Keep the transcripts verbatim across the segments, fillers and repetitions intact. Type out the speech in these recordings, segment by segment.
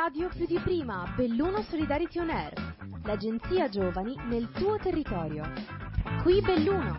radio più di prima, Belluno Solidarity On Air, l'agenzia giovani nel tuo territorio. Qui Belluno.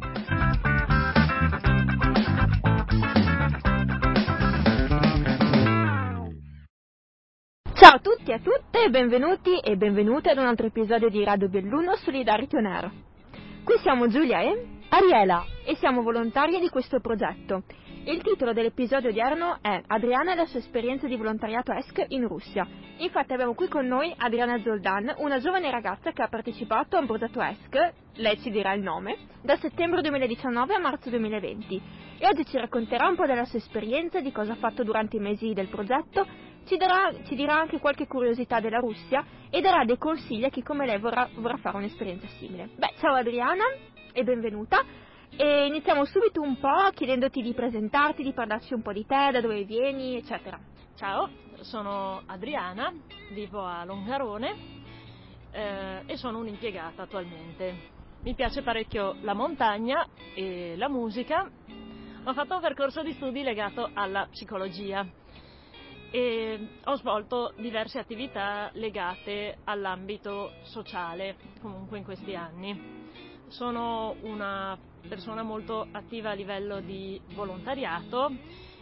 Ciao a tutti e a tutte e benvenuti e benvenute ad un altro episodio di Radio Belluno Solidarity On Air. Qui siamo Giulia e Ariela e siamo volontarie di questo progetto. Il titolo dell'episodio odierno è Adriana e la sua esperienza di volontariato E S C in Russia. Infatti abbiamo qui con noi Adriana Zoldan, una giovane ragazza che ha partecipato a un progetto E S C, lei ci dirà il nome, da settembre duemiladiciannove a marzo duemilaventi. E oggi ci racconterà un po' della sua esperienza, di cosa ha fatto durante i mesi del progetto, ci, darà, ci dirà anche qualche curiosità della Russia e darà dei consigli a chi come lei vorrà, vorrà fare un'esperienza simile. Beh, ciao Adriana e benvenuta. E iniziamo subito un po' chiedendoti di presentarti, di parlarci un po' di te, da dove vieni, eccetera. Ciao, sono Adriana, vivo a Longarone eh, e sono un'impiegata attualmente. Mi piace parecchio la montagna e la musica. Ho fatto un percorso di studi legato alla psicologia e ho svolto diverse attività legate all'ambito sociale, comunque in questi anni. Sono una persona molto attiva a livello di volontariato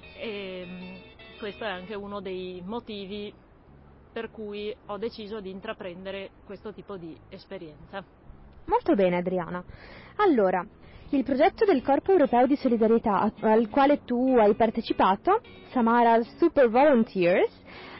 e questo è anche uno dei motivi per cui ho deciso di intraprendere questo tipo di esperienza. Molto bene Adriana. Allora, il progetto del Corpo Europeo di Solidarietà al quale tu hai partecipato, Samara Super Volunteers,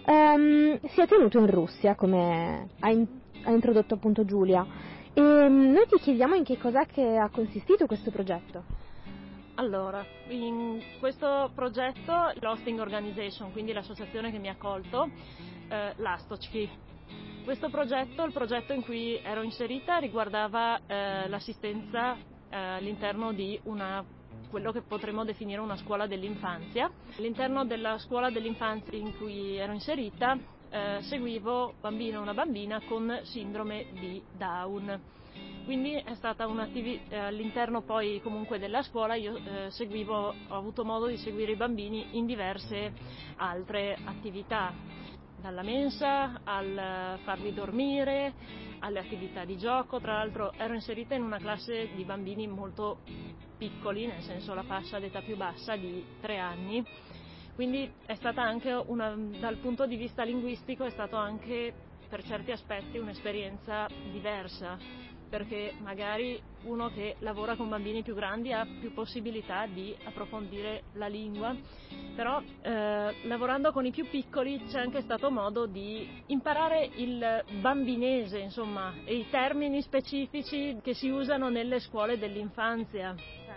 um, si è tenuto in Russia, come ha, in- ha introdotto appunto Giulia. E noi ti chiediamo in che cosa che ha consistito questo progetto. Allora, in questo progetto l'Hosting Organization, quindi l'associazione che mi ha accolto, eh, l'Astochki. Questo progetto, il progetto in cui ero inserita, riguardava eh, l'assistenza eh, all'interno di una, quello che potremmo definire una scuola dell'infanzia. All'interno della scuola dell'infanzia in cui ero inserita eh, seguivo bambino e una bambina con sindrome di Down. Quindi è stata un'attività eh, all'interno poi comunque della scuola, io eh, seguivo, ho avuto modo di seguire i bambini in diverse altre attività, dalla mensa al farli dormire, alle attività di gioco. Tra l'altro ero inserita in una classe di bambini molto piccoli, nel senso la fascia d'età più bassa di tre anni, quindi è stata anche una, dal punto di vista linguistico è stato anche per certi aspetti un'esperienza diversa, perché magari uno che lavora con bambini più grandi ha più possibilità di approfondire la lingua, però eh, lavorando con i più piccoli c'è anche stato modo di imparare il bambinese, insomma, e i termini specifici che si usano nelle scuole dell'infanzia.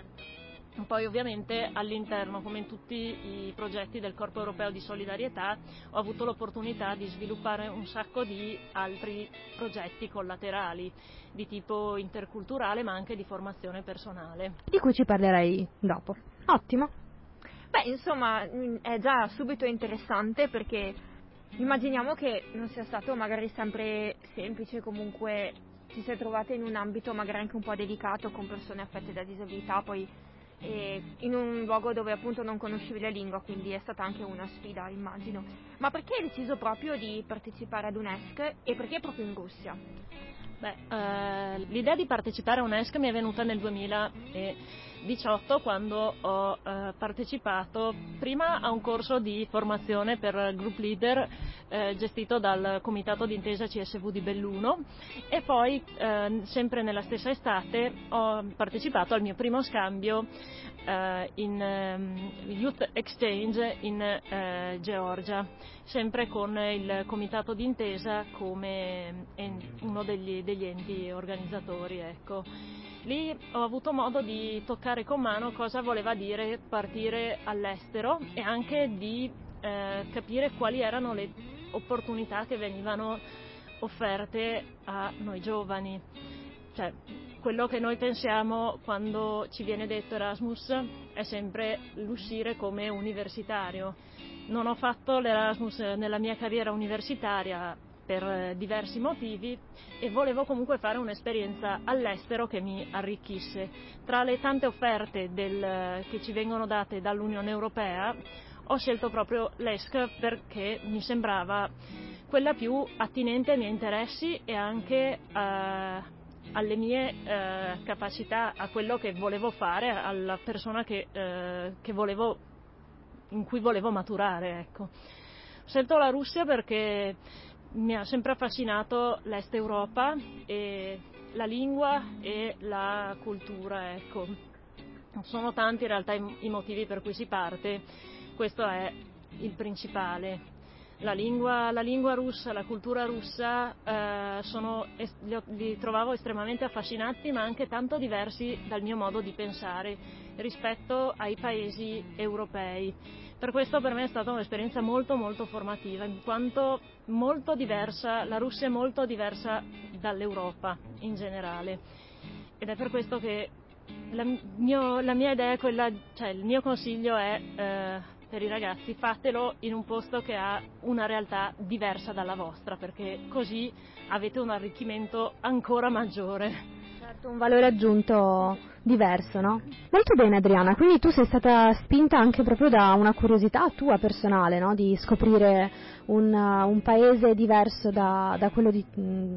Poi ovviamente all'interno, come in tutti i progetti del Corpo Europeo di Solidarietà, ho avuto l'opportunità di sviluppare un sacco di altri progetti collaterali di tipo interculturale ma anche di formazione personale. Di cui ci parlerai dopo. Ottimo. Beh, insomma, è già subito interessante perché immaginiamo che non sia stato magari sempre semplice, comunque ci si è trovate in un ambito magari anche un po' delicato con persone affette da disabilità, poi e in un luogo dove appunto non conoscevi la lingua, quindi è stata anche una sfida, immagino. Ma perché hai deciso proprio di partecipare ad un E S C e perché proprio in Russia? Beh, eh, l'idea di partecipare a un E S C mi è venuta nel duemiladiciotto quando ho eh, partecipato prima a un corso di formazione per group leader eh, gestito dal Comitato d'Intesa C S V di Belluno e poi eh, sempre nella stessa estate ho partecipato al mio primo scambio eh, in um, Youth Exchange in eh, Georgia, sempre con il Comitato d'Intesa come uno degli, degli enti organizzatori, ecco. Lì ho avuto modo di toccare con mano cosa voleva dire partire all'estero e anche di eh, capire quali erano le opportunità che venivano offerte a noi giovani. Cioè, quello che noi pensiamo quando ci viene detto Erasmus è sempre l'uscire come universitario. Non ho fatto l'Erasmus nella mia carriera universitaria per diversi motivi e volevo comunque fare un'esperienza all'estero che mi arricchisse. Tra le tante offerte del, che ci vengono date dall'Unione Europea ho scelto proprio l'E S C perché mi sembrava quella più attinente ai miei interessi e anche eh, alle mie eh, capacità, a quello che volevo fare, alla persona che, eh, che volevo, in cui volevo maturare, ecco. Ho scelto la Russia perché mi ha sempre affascinato l'Est Europa e la lingua e la cultura, ecco. Sono tanti in realtà i motivi per cui si parte, questo è il principale. La lingua, la lingua russa, la cultura russa eh, sono, li, ho, li trovavo estremamente affascinanti, ma anche tanto diversi dal mio modo di pensare rispetto ai paesi europei. Per questo per me è stata un'esperienza molto molto formativa, in quanto molto diversa, la Russia è molto diversa dall'Europa in generale. Ed è per questo che la, mio, la mia idea è quella, cioè il mio consiglio è eh, per i ragazzi, fatelo in un posto che ha una realtà diversa dalla vostra, perché così avete un arricchimento ancora maggiore. Certo, un valore aggiunto diverso, no? Molto bene Adriana, quindi tu sei stata spinta anche proprio da una curiosità tua personale, no? Di scoprire un, un paese diverso da, da quello di,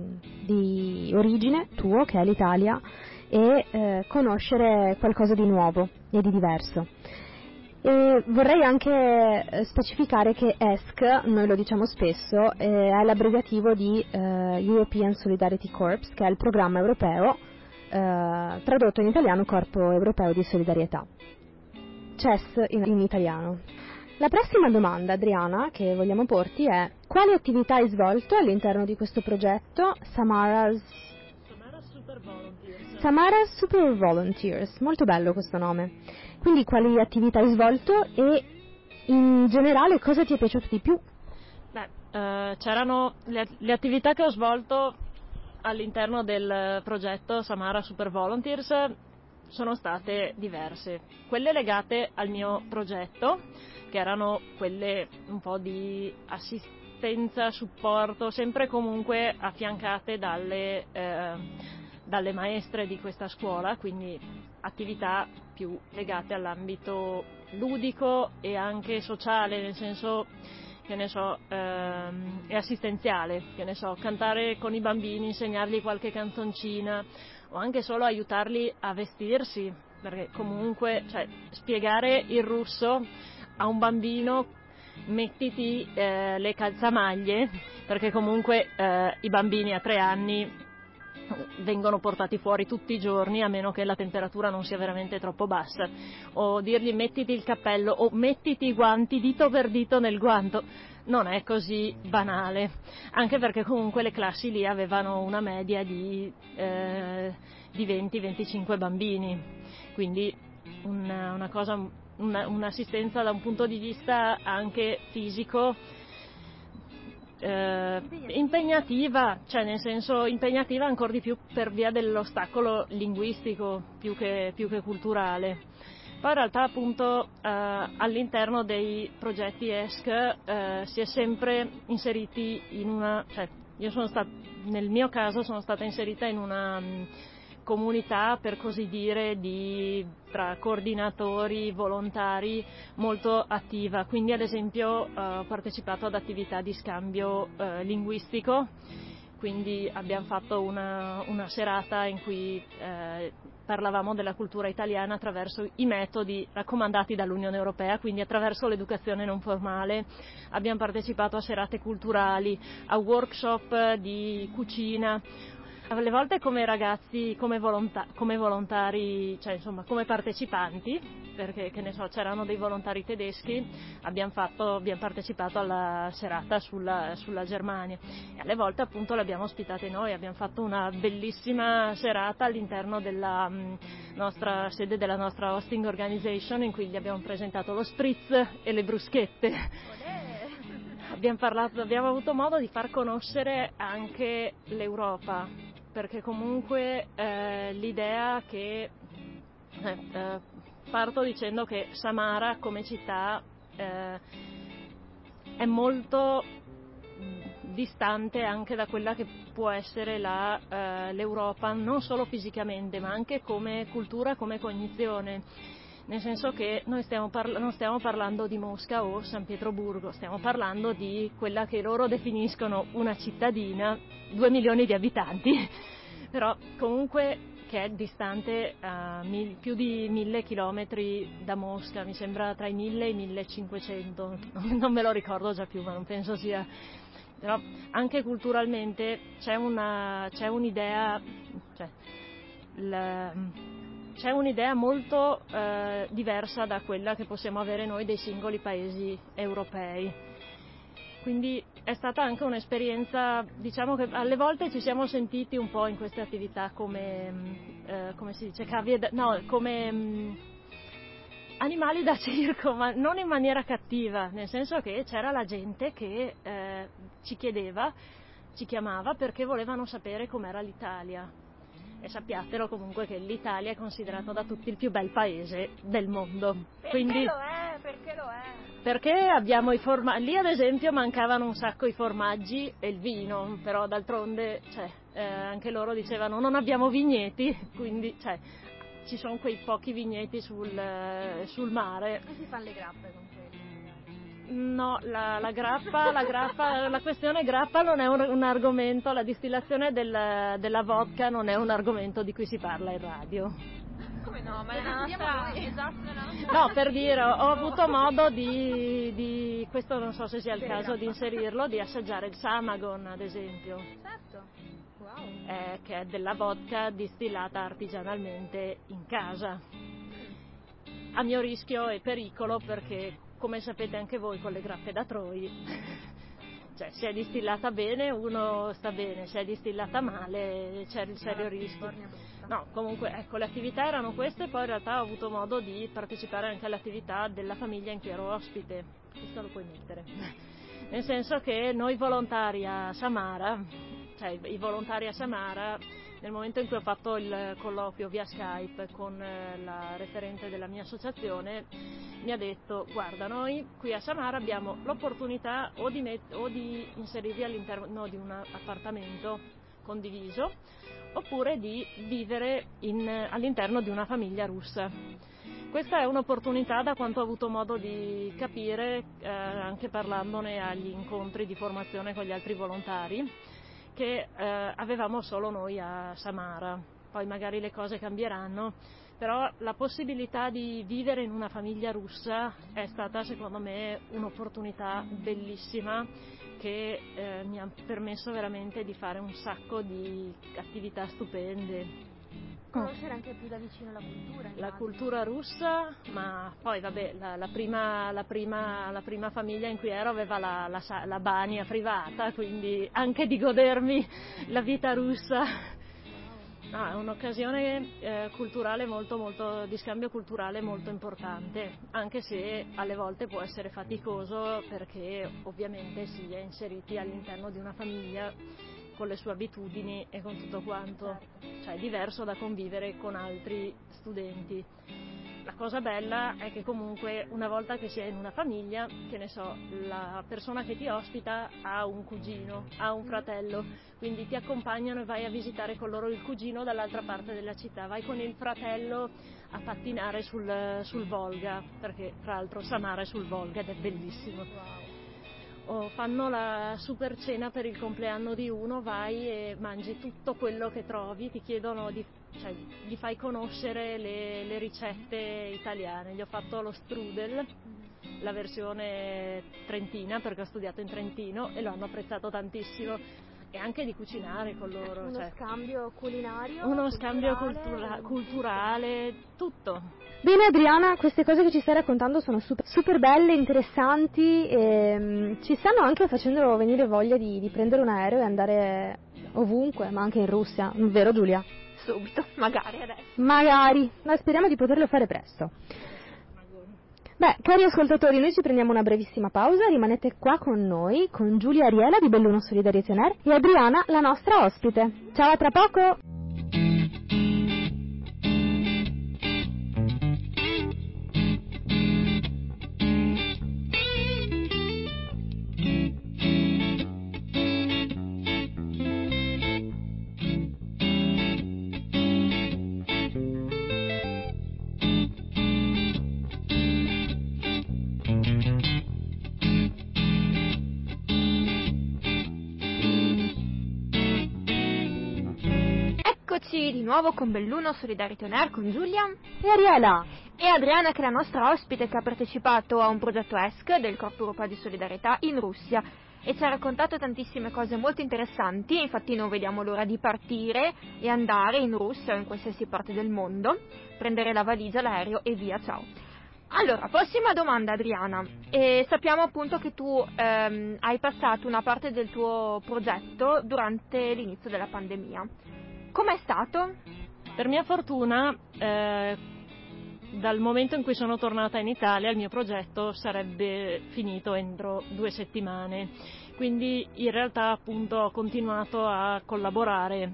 di origine tuo, che è l'Italia, e eh, conoscere qualcosa di nuovo e di diverso. E vorrei anche specificare che E S C, noi lo diciamo spesso, è l'abbreviativo di eh, European Solidarity Corps, che è il programma europeo, eh, tradotto in italiano Corpo Europeo di Solidarietà, C E S in, in italiano. La prossima domanda, Adriana, che vogliamo porti è: quali attività hai svolto all'interno di questo progetto Samara's Samara Super Volunteers? Samara Super Volunteers, molto bello questo nome. Quindi quali attività hai svolto e in generale cosa ti è piaciuto di più? Beh, eh, c'erano le, le attività che ho svolto all'interno del progetto Samara Super Volunteers sono state diverse. Quelle legate al mio progetto, che erano quelle un po' di assistenza, supporto, sempre comunque affiancate dalle, eh, dalle maestre di questa scuola, quindi attività più legate all'ambito ludico e anche sociale, nel senso, che ne so, ehm, e assistenziale, che ne so, cantare con i bambini, insegnargli qualche canzoncina o anche solo aiutarli a vestirsi, perché comunque, cioè, spiegare il russo a un bambino, mettiti eh, le calzamaglie, perché comunque eh, i bambini a tre anni vengono portati fuori tutti i giorni a meno che la temperatura non sia veramente troppo bassa, o dirgli mettiti il cappello o mettiti i guanti dito per dito nel guanto, non è così banale, anche perché comunque le classi lì avevano una media di, eh, di venti venticinque bambini, quindi una, una cosa, una, un'assistenza da un punto di vista anche fisico Eh, impegnativa, cioè nel senso impegnativa ancora di più per via dell'ostacolo linguistico più che, più che culturale. Poi in realtà appunto eh, all'interno dei progetti E S C eh, si è sempre inseriti in una, cioè io sono stata, nel mio caso sono stata inserita in una mh, comunità, per così dire, di tra coordinatori, volontari molto attiva, quindi ad esempio eh, ho partecipato ad attività di scambio eh, linguistico, quindi abbiamo fatto una, una serata in cui eh, parlavamo della cultura italiana attraverso i metodi raccomandati dall'Unione Europea, quindi attraverso l'educazione non formale. Abbiamo partecipato a serate culturali, a workshop di cucina, alle volte come ragazzi, come, volonta- come volontari, cioè insomma come partecipanti, perché che ne so, c'erano dei volontari tedeschi, abbiamo, fatto, abbiamo partecipato alla serata sulla, sulla Germania e alle volte appunto l'abbiamo ospitate noi, abbiamo fatto una bellissima serata all'interno della mh, nostra sede della nostra hosting organization, in cui gli abbiamo presentato lo spritz e le bruschette. Abbiamo, parlato, abbiamo avuto modo di far conoscere anche l'Europa, perché comunque eh, l'idea che eh, eh, parto dicendo che Samara come città eh, è molto distante anche da quella che può essere la, eh, l'Europa, non solo fisicamente ma anche come cultura, come cognizione. nel senso che noi stiamo parla- non stiamo parlando di Mosca o San Pietroburgo, stiamo parlando di quella che loro definiscono una cittadina, due milioni di abitanti, però comunque che è distante uh, mil- più di mille chilometri da Mosca, mi sembra tra i mille e i millecinquecento, non me lo ricordo già più, ma non penso sia... Però anche culturalmente c'è, una, c'è un'idea, cioè, la, c'è un'idea molto eh, diversa da quella che possiamo avere noi dei singoli paesi europei. Quindi è stata anche un'esperienza, diciamo che alle volte ci siamo sentiti un po' in queste attività come, eh, come si dice, cavie da, no, come mh, animali da circo, ma non in maniera cattiva, nel senso che c'era la gente che eh, ci chiedeva, ci chiamava perché volevano sapere com'era l'Italia. E sappiatelo comunque che l'Italia è considerato da tutti il più bel paese del mondo. Perché Quindi, lo è? Perché lo è? Perché abbiamo i formaggi, lì ad esempio mancavano un sacco i formaggi e il vino, però d'altronde cioè, eh, anche loro dicevano non abbiamo vigneti, quindi cioè, ci sono quei pochi vigneti sul, eh, sul mare. E si fanno le grappe con quelli? No, la, la grappa, la grappa, la questione grappa non è un, un argomento, la distillazione del, della vodka non è un argomento di cui si parla in radio. Come no? Ma nella nostra... Esatto, nella nostra... No, per dire, ho avuto modo di, di, questo non so se sia il caso di inserirlo, di assaggiare il Samagon ad esempio. Certo, wow. Eh, che è della vodka distillata artigianalmente in casa. A mio rischio e pericolo perché, come sapete anche voi con le grappe da Troi, cioè se è distillata bene uno sta bene, se è distillata male c'è il serio rischio. No, comunque ecco, le attività erano queste, poi in realtà ho avuto modo di partecipare anche alle attività della famiglia in cui ero ospite. Questo lo puoi mettere. Nel senso che noi volontari a Samara, cioè i volontari a Samara, nel momento in cui ho fatto il colloquio via Skype con la referente della mia associazione, mi ha detto: guarda, noi qui a Samara abbiamo l'opportunità o di, met- o di inserirvi all'interno di un appartamento condiviso, oppure di vivere in, all'interno di una famiglia russa. Questa è un'opportunità, da quanto ho avuto modo di capire, eh, anche parlandone agli incontri di formazione con gli altri volontari, che eh, avevamo solo noi a Samara. Poi magari le cose cambieranno, però la possibilità di vivere in una famiglia russa è stata secondo me un'opportunità bellissima che eh, mi ha permesso veramente di fare un sacco di attività stupende. Conoscere anche più da vicino la cultura. La cultura russa, ma poi vabbè, la, la, prima, la, prima, la prima famiglia in cui ero aveva la, la, la bagna privata, quindi anche di godermi la vita russa. No, è un'occasione eh, culturale molto, molto, di scambio culturale molto importante, anche se alle volte può essere faticoso perché ovviamente si è inseriti all'interno di una famiglia con le sue abitudini e con tutto quanto, cioè è diverso da convivere con altri studenti. La cosa bella è che comunque una volta che si è in una famiglia, che ne so, la persona che ti ospita ha un cugino, ha un fratello, quindi ti accompagnano e vai a visitare con loro il cugino dall'altra parte della città, vai con il fratello a pattinare sul, sul Volga, perché tra l'altro Samara è sul Volga ed è bellissimo. Wow. O fanno la super cena per il compleanno di uno, vai e mangi tutto quello che trovi, ti chiedono di, cioè, gli fai conoscere le, le ricette italiane. Gli ho fatto lo strudel, la versione trentina, perché ho studiato in Trentino e lo hanno apprezzato tantissimo, e anche di cucinare con loro. Uno cioè, scambio culinario, uno culturale, scambio cultura- culturale, tutto. Bene Adriana, queste cose che ci stai raccontando sono super, super belle, interessanti e um, ci stanno anche facendo venire voglia di, di prendere un aereo e andare ovunque, ma anche in Russia, vero Giulia? Subito, magari adesso. Magari, ma speriamo di poterlo fare presto. Beh, cari ascoltatori, noi ci prendiamo una brevissima pausa, rimanete qua con noi, con Giulia Ariela di Belluno Solidarietà On Air e Adriana, la nostra ospite. Ciao, a tra poco! rieccoci di nuovo con Belluno Solidarity On Air con Giulia e Ariela e Adriana, che è la nostra ospite, che ha partecipato a un progetto E S C del Corpo Europeo di Solidarietà in Russia e ci ha raccontato tantissime cose molto interessanti. Infatti non vediamo l'ora di partire e andare in Russia o in qualsiasi parte del mondo, prendere la valigia, l'aereo e via, ciao. Allora, prossima domanda, Adriana. E sappiamo appunto che tu ehm, hai passato una parte del tuo progetto durante l'inizio della pandemia. Com'è stato? Per mia fortuna, eh, dal momento in cui sono tornata in Italia, il mio progetto sarebbe finito entro due settimane. Quindi in realtà appunto ho continuato a collaborare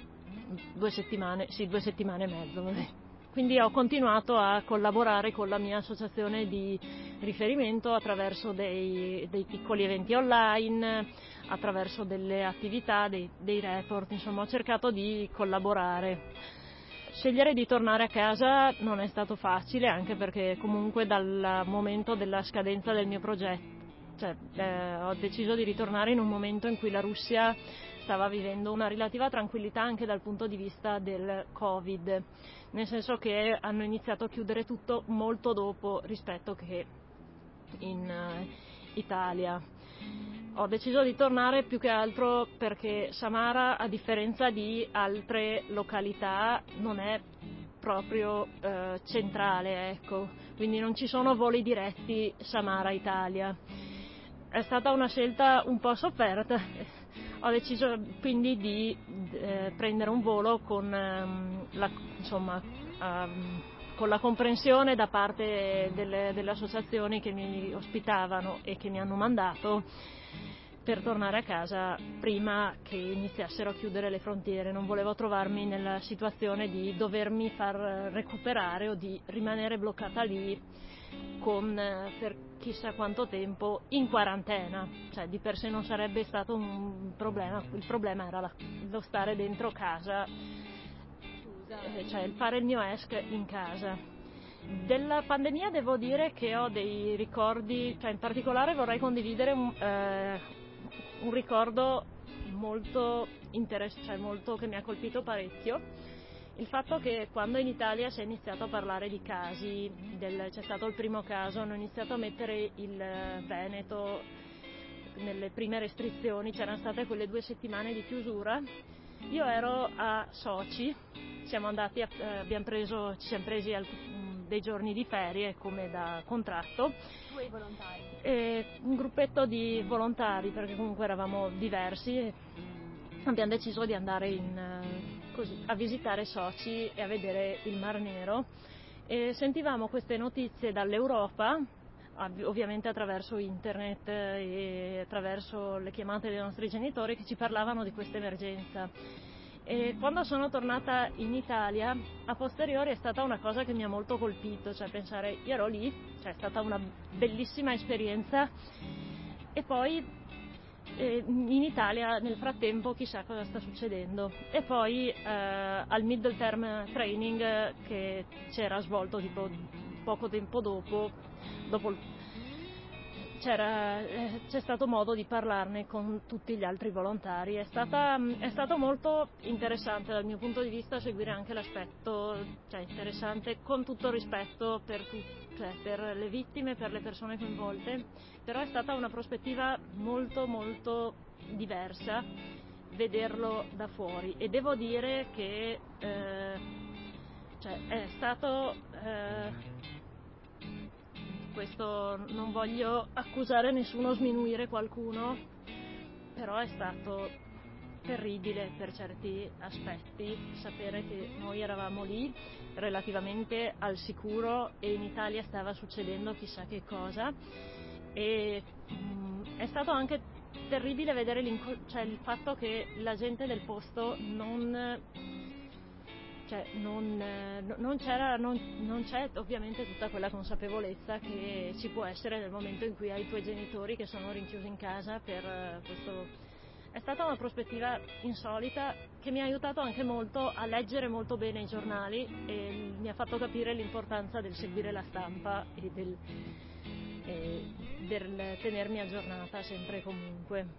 due settimane, sì, due settimane e mezzo, vabbè. Quindi ho continuato a collaborare con la mia associazione di riferimento attraverso dei, dei piccoli eventi online, attraverso delle attività, dei, dei report, insomma ho cercato di collaborare. Scegliere di tornare a casa non è stato facile, anche perché comunque dal momento della scadenza del mio progetto, cioè, eh, ho deciso di ritornare in un momento in cui la Russia stava vivendo una relativa tranquillità anche dal punto di vista del Covid, nel senso che hanno iniziato a chiudere tutto molto dopo rispetto che in uh, Italia. Ho deciso di tornare più che altro perché Samara, a differenza di altre località, non è proprio uh, centrale, ecco, quindi non ci sono voli diretti Samara-Italia. È stata una scelta un po' sofferta. Ho deciso quindi di eh, prendere un volo con, um, la, insomma, um, con la comprensione da parte delle, delle associazioni che mi ospitavano e che mi hanno mandato per tornare a casa prima che iniziassero a chiudere le frontiere. Non volevo trovarmi nella situazione di dovermi far recuperare o di rimanere bloccata lì con, per chissà quanto tempo in quarantena, cioè di per sé non sarebbe stato un problema, il problema era la, lo stare dentro casa, eh, cioè il fare il mio E S C in casa. Della pandemia devo dire che ho dei ricordi, cioè in particolare vorrei condividere un, eh, un ricordo molto interessante, cioè molto che mi ha colpito parecchio. Il fatto che quando in Italia si è iniziato a parlare di casi, del, c'è stato il primo caso, hanno iniziato a mettere il Veneto nelle prime restrizioni, c'erano state quelle due settimane di chiusura, io ero a Sochi, siamo andati, a, eh, abbiamo preso, ci siamo presi al, dei giorni di ferie come da contratto. Tu e i volontari? E un gruppetto di volontari, perché comunque eravamo diversi, e abbiamo deciso di andare in... Così, a visitare Sochi e a vedere il Mar Nero, e sentivamo queste notizie dall'Europa, ovviamente attraverso internet e attraverso le chiamate dei nostri genitori, che ci parlavano di questa emergenza. E quando sono tornata in Italia, a posteriori, è stata una cosa che mi ha molto colpito, cioè pensare, io ero lì, cioè è stata una bellissima esperienza, e poi in Italia nel frattempo chissà cosa sta succedendo. E poi eh, al middle term training che c'era svolto tipo poco tempo dopo, dopo c'era, eh, c'è stato modo di parlarne con tutti gli altri volontari. È stata, è stato molto interessante dal mio punto di vista seguire anche l'aspetto, cioè interessante, con tutto il rispetto per, tu, cioè, per le vittime, per le persone coinvolte, però è stata una prospettiva molto molto diversa vederlo da fuori, e devo dire che eh, cioè, è stato eh, questo, non voglio accusare nessuno o sminuire qualcuno, però è stato terribile per certi aspetti sapere che noi eravamo lì relativamente al sicuro e in Italia stava succedendo chissà che cosa, e mh, è stato anche terribile vedere cioè, il fatto che la gente del posto non Cioè, non, non, c'era, non, non c'è ovviamente tutta quella consapevolezza che ci può essere nel momento in cui hai i tuoi genitori che sono rinchiusi in casa per questo. È stata una prospettiva insolita che mi ha aiutato anche molto a leggere molto bene i giornali, e mi ha fatto capire l'importanza del seguire la stampa e del, e del tenermi aggiornata sempre e comunque.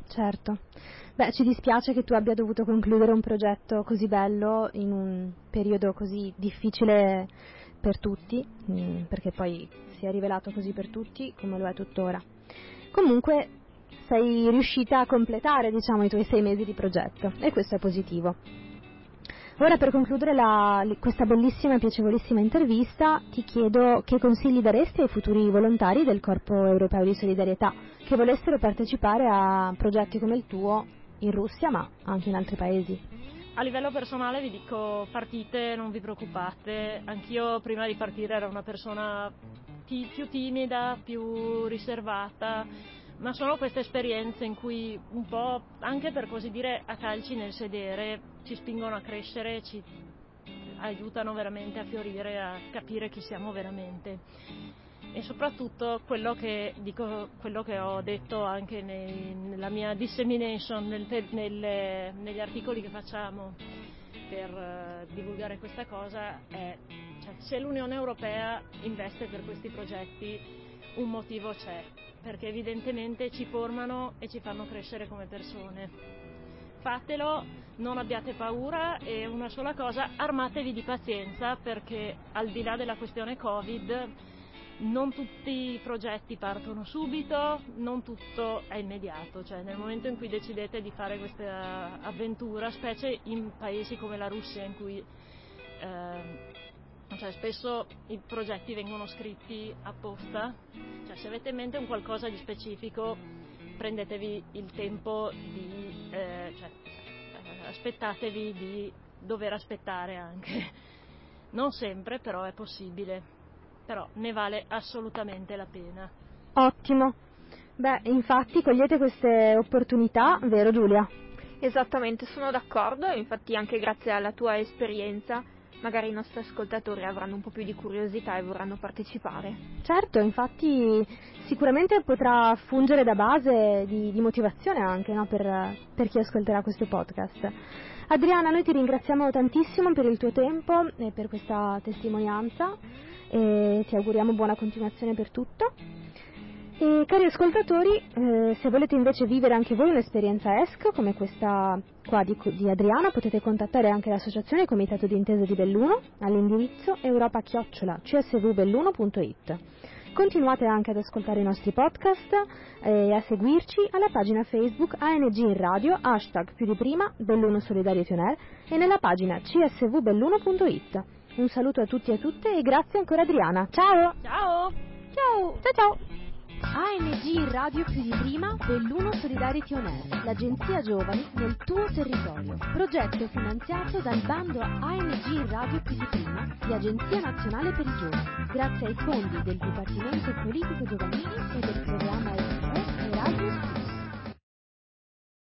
Certo. Beh, ci dispiace che tu abbia dovuto concludere un progetto così bello in un periodo così difficile per tutti, perché poi si è rivelato così per tutti come lo è tuttora. Comunque sei riuscita a completare, diciamo, i tuoi sei mesi di progetto e questo è positivo. Ora, per concludere la, questa bellissima e piacevolissima intervista, ti chiedo che consigli daresti ai futuri volontari del Corpo Europeo di Solidarietà che volessero partecipare a progetti come il tuo in Russia, ma anche in altri paesi. A livello personale vi dico: partite, non vi preoccupate. Anch'io prima di partire ero una persona ti- più timida, più riservata, ma sono queste esperienze in cui un po', anche per così dire a calci nel sedere, ci spingono a crescere, ci aiutano veramente a fiorire, a capire chi siamo veramente. E soprattutto quello che dico, quello che ho detto anche nei, nella mia dissemination, nel, nel, negli articoli che facciamo per uh, divulgare questa cosa, è cioè, se l'Unione Europea investe per questi progetti un motivo c'è, perché evidentemente ci formano e ci fanno crescere come persone. Fatelo, non abbiate paura, e una sola cosa: armatevi di pazienza, perché al di là della questione Covid non tutti i progetti partono subito, non tutto è immediato, cioè nel momento in cui decidete di fare questa avventura, specie in paesi come la Russia in cui eh, cioè spesso i progetti vengono scritti apposta, cioè se avete in mente un qualcosa di specifico prendetevi il tempo di eh, cioè, eh, aspettatevi di dover aspettare anche, non sempre, però è possibile. Però ne vale assolutamente la pena. Ottimo. Beh, infatti cogliete queste opportunità, vero Giulia? Esattamente, sono d'accordo, infatti anche grazie alla tua esperienza magari i nostri ascoltatori avranno un po' più di curiosità e vorranno partecipare. Certo, infatti sicuramente potrà fungere da base di, di motivazione anche, no, per, per chi ascolterà questo podcast. Adriana, noi ti ringraziamo tantissimo per il tuo tempo e per questa testimonianza e ti auguriamo buona continuazione per tutto. E cari ascoltatori, eh, se volete invece vivere anche voi un'esperienza E S C come questa qua di, di Adriana, potete contattare anche l'associazione Comitato d'Intesa di Belluno all'indirizzo europa chiocciola c s v belluno punto i t. Continuate anche ad ascoltare i nostri podcast e a seguirci alla pagina Facebook A N G in Radio, hashtag più di prima, Belluno Solidarity On Air, e nella pagina c s v belluno punto i t. Un saluto a tutti e a tutte e grazie ancora Adriana. Ciao! Ciao! Ciao! Ciao ciao! A N G in Radio più di prima, Belluno Solidarity On Air, l'agenzia giovani nel tuo territorio. Progetto finanziato dal bando A N G in Radio più di prima di Agenzia Nazionale per i Giovani, grazie ai fondi del Dipartimento Politico Giovanili e del programma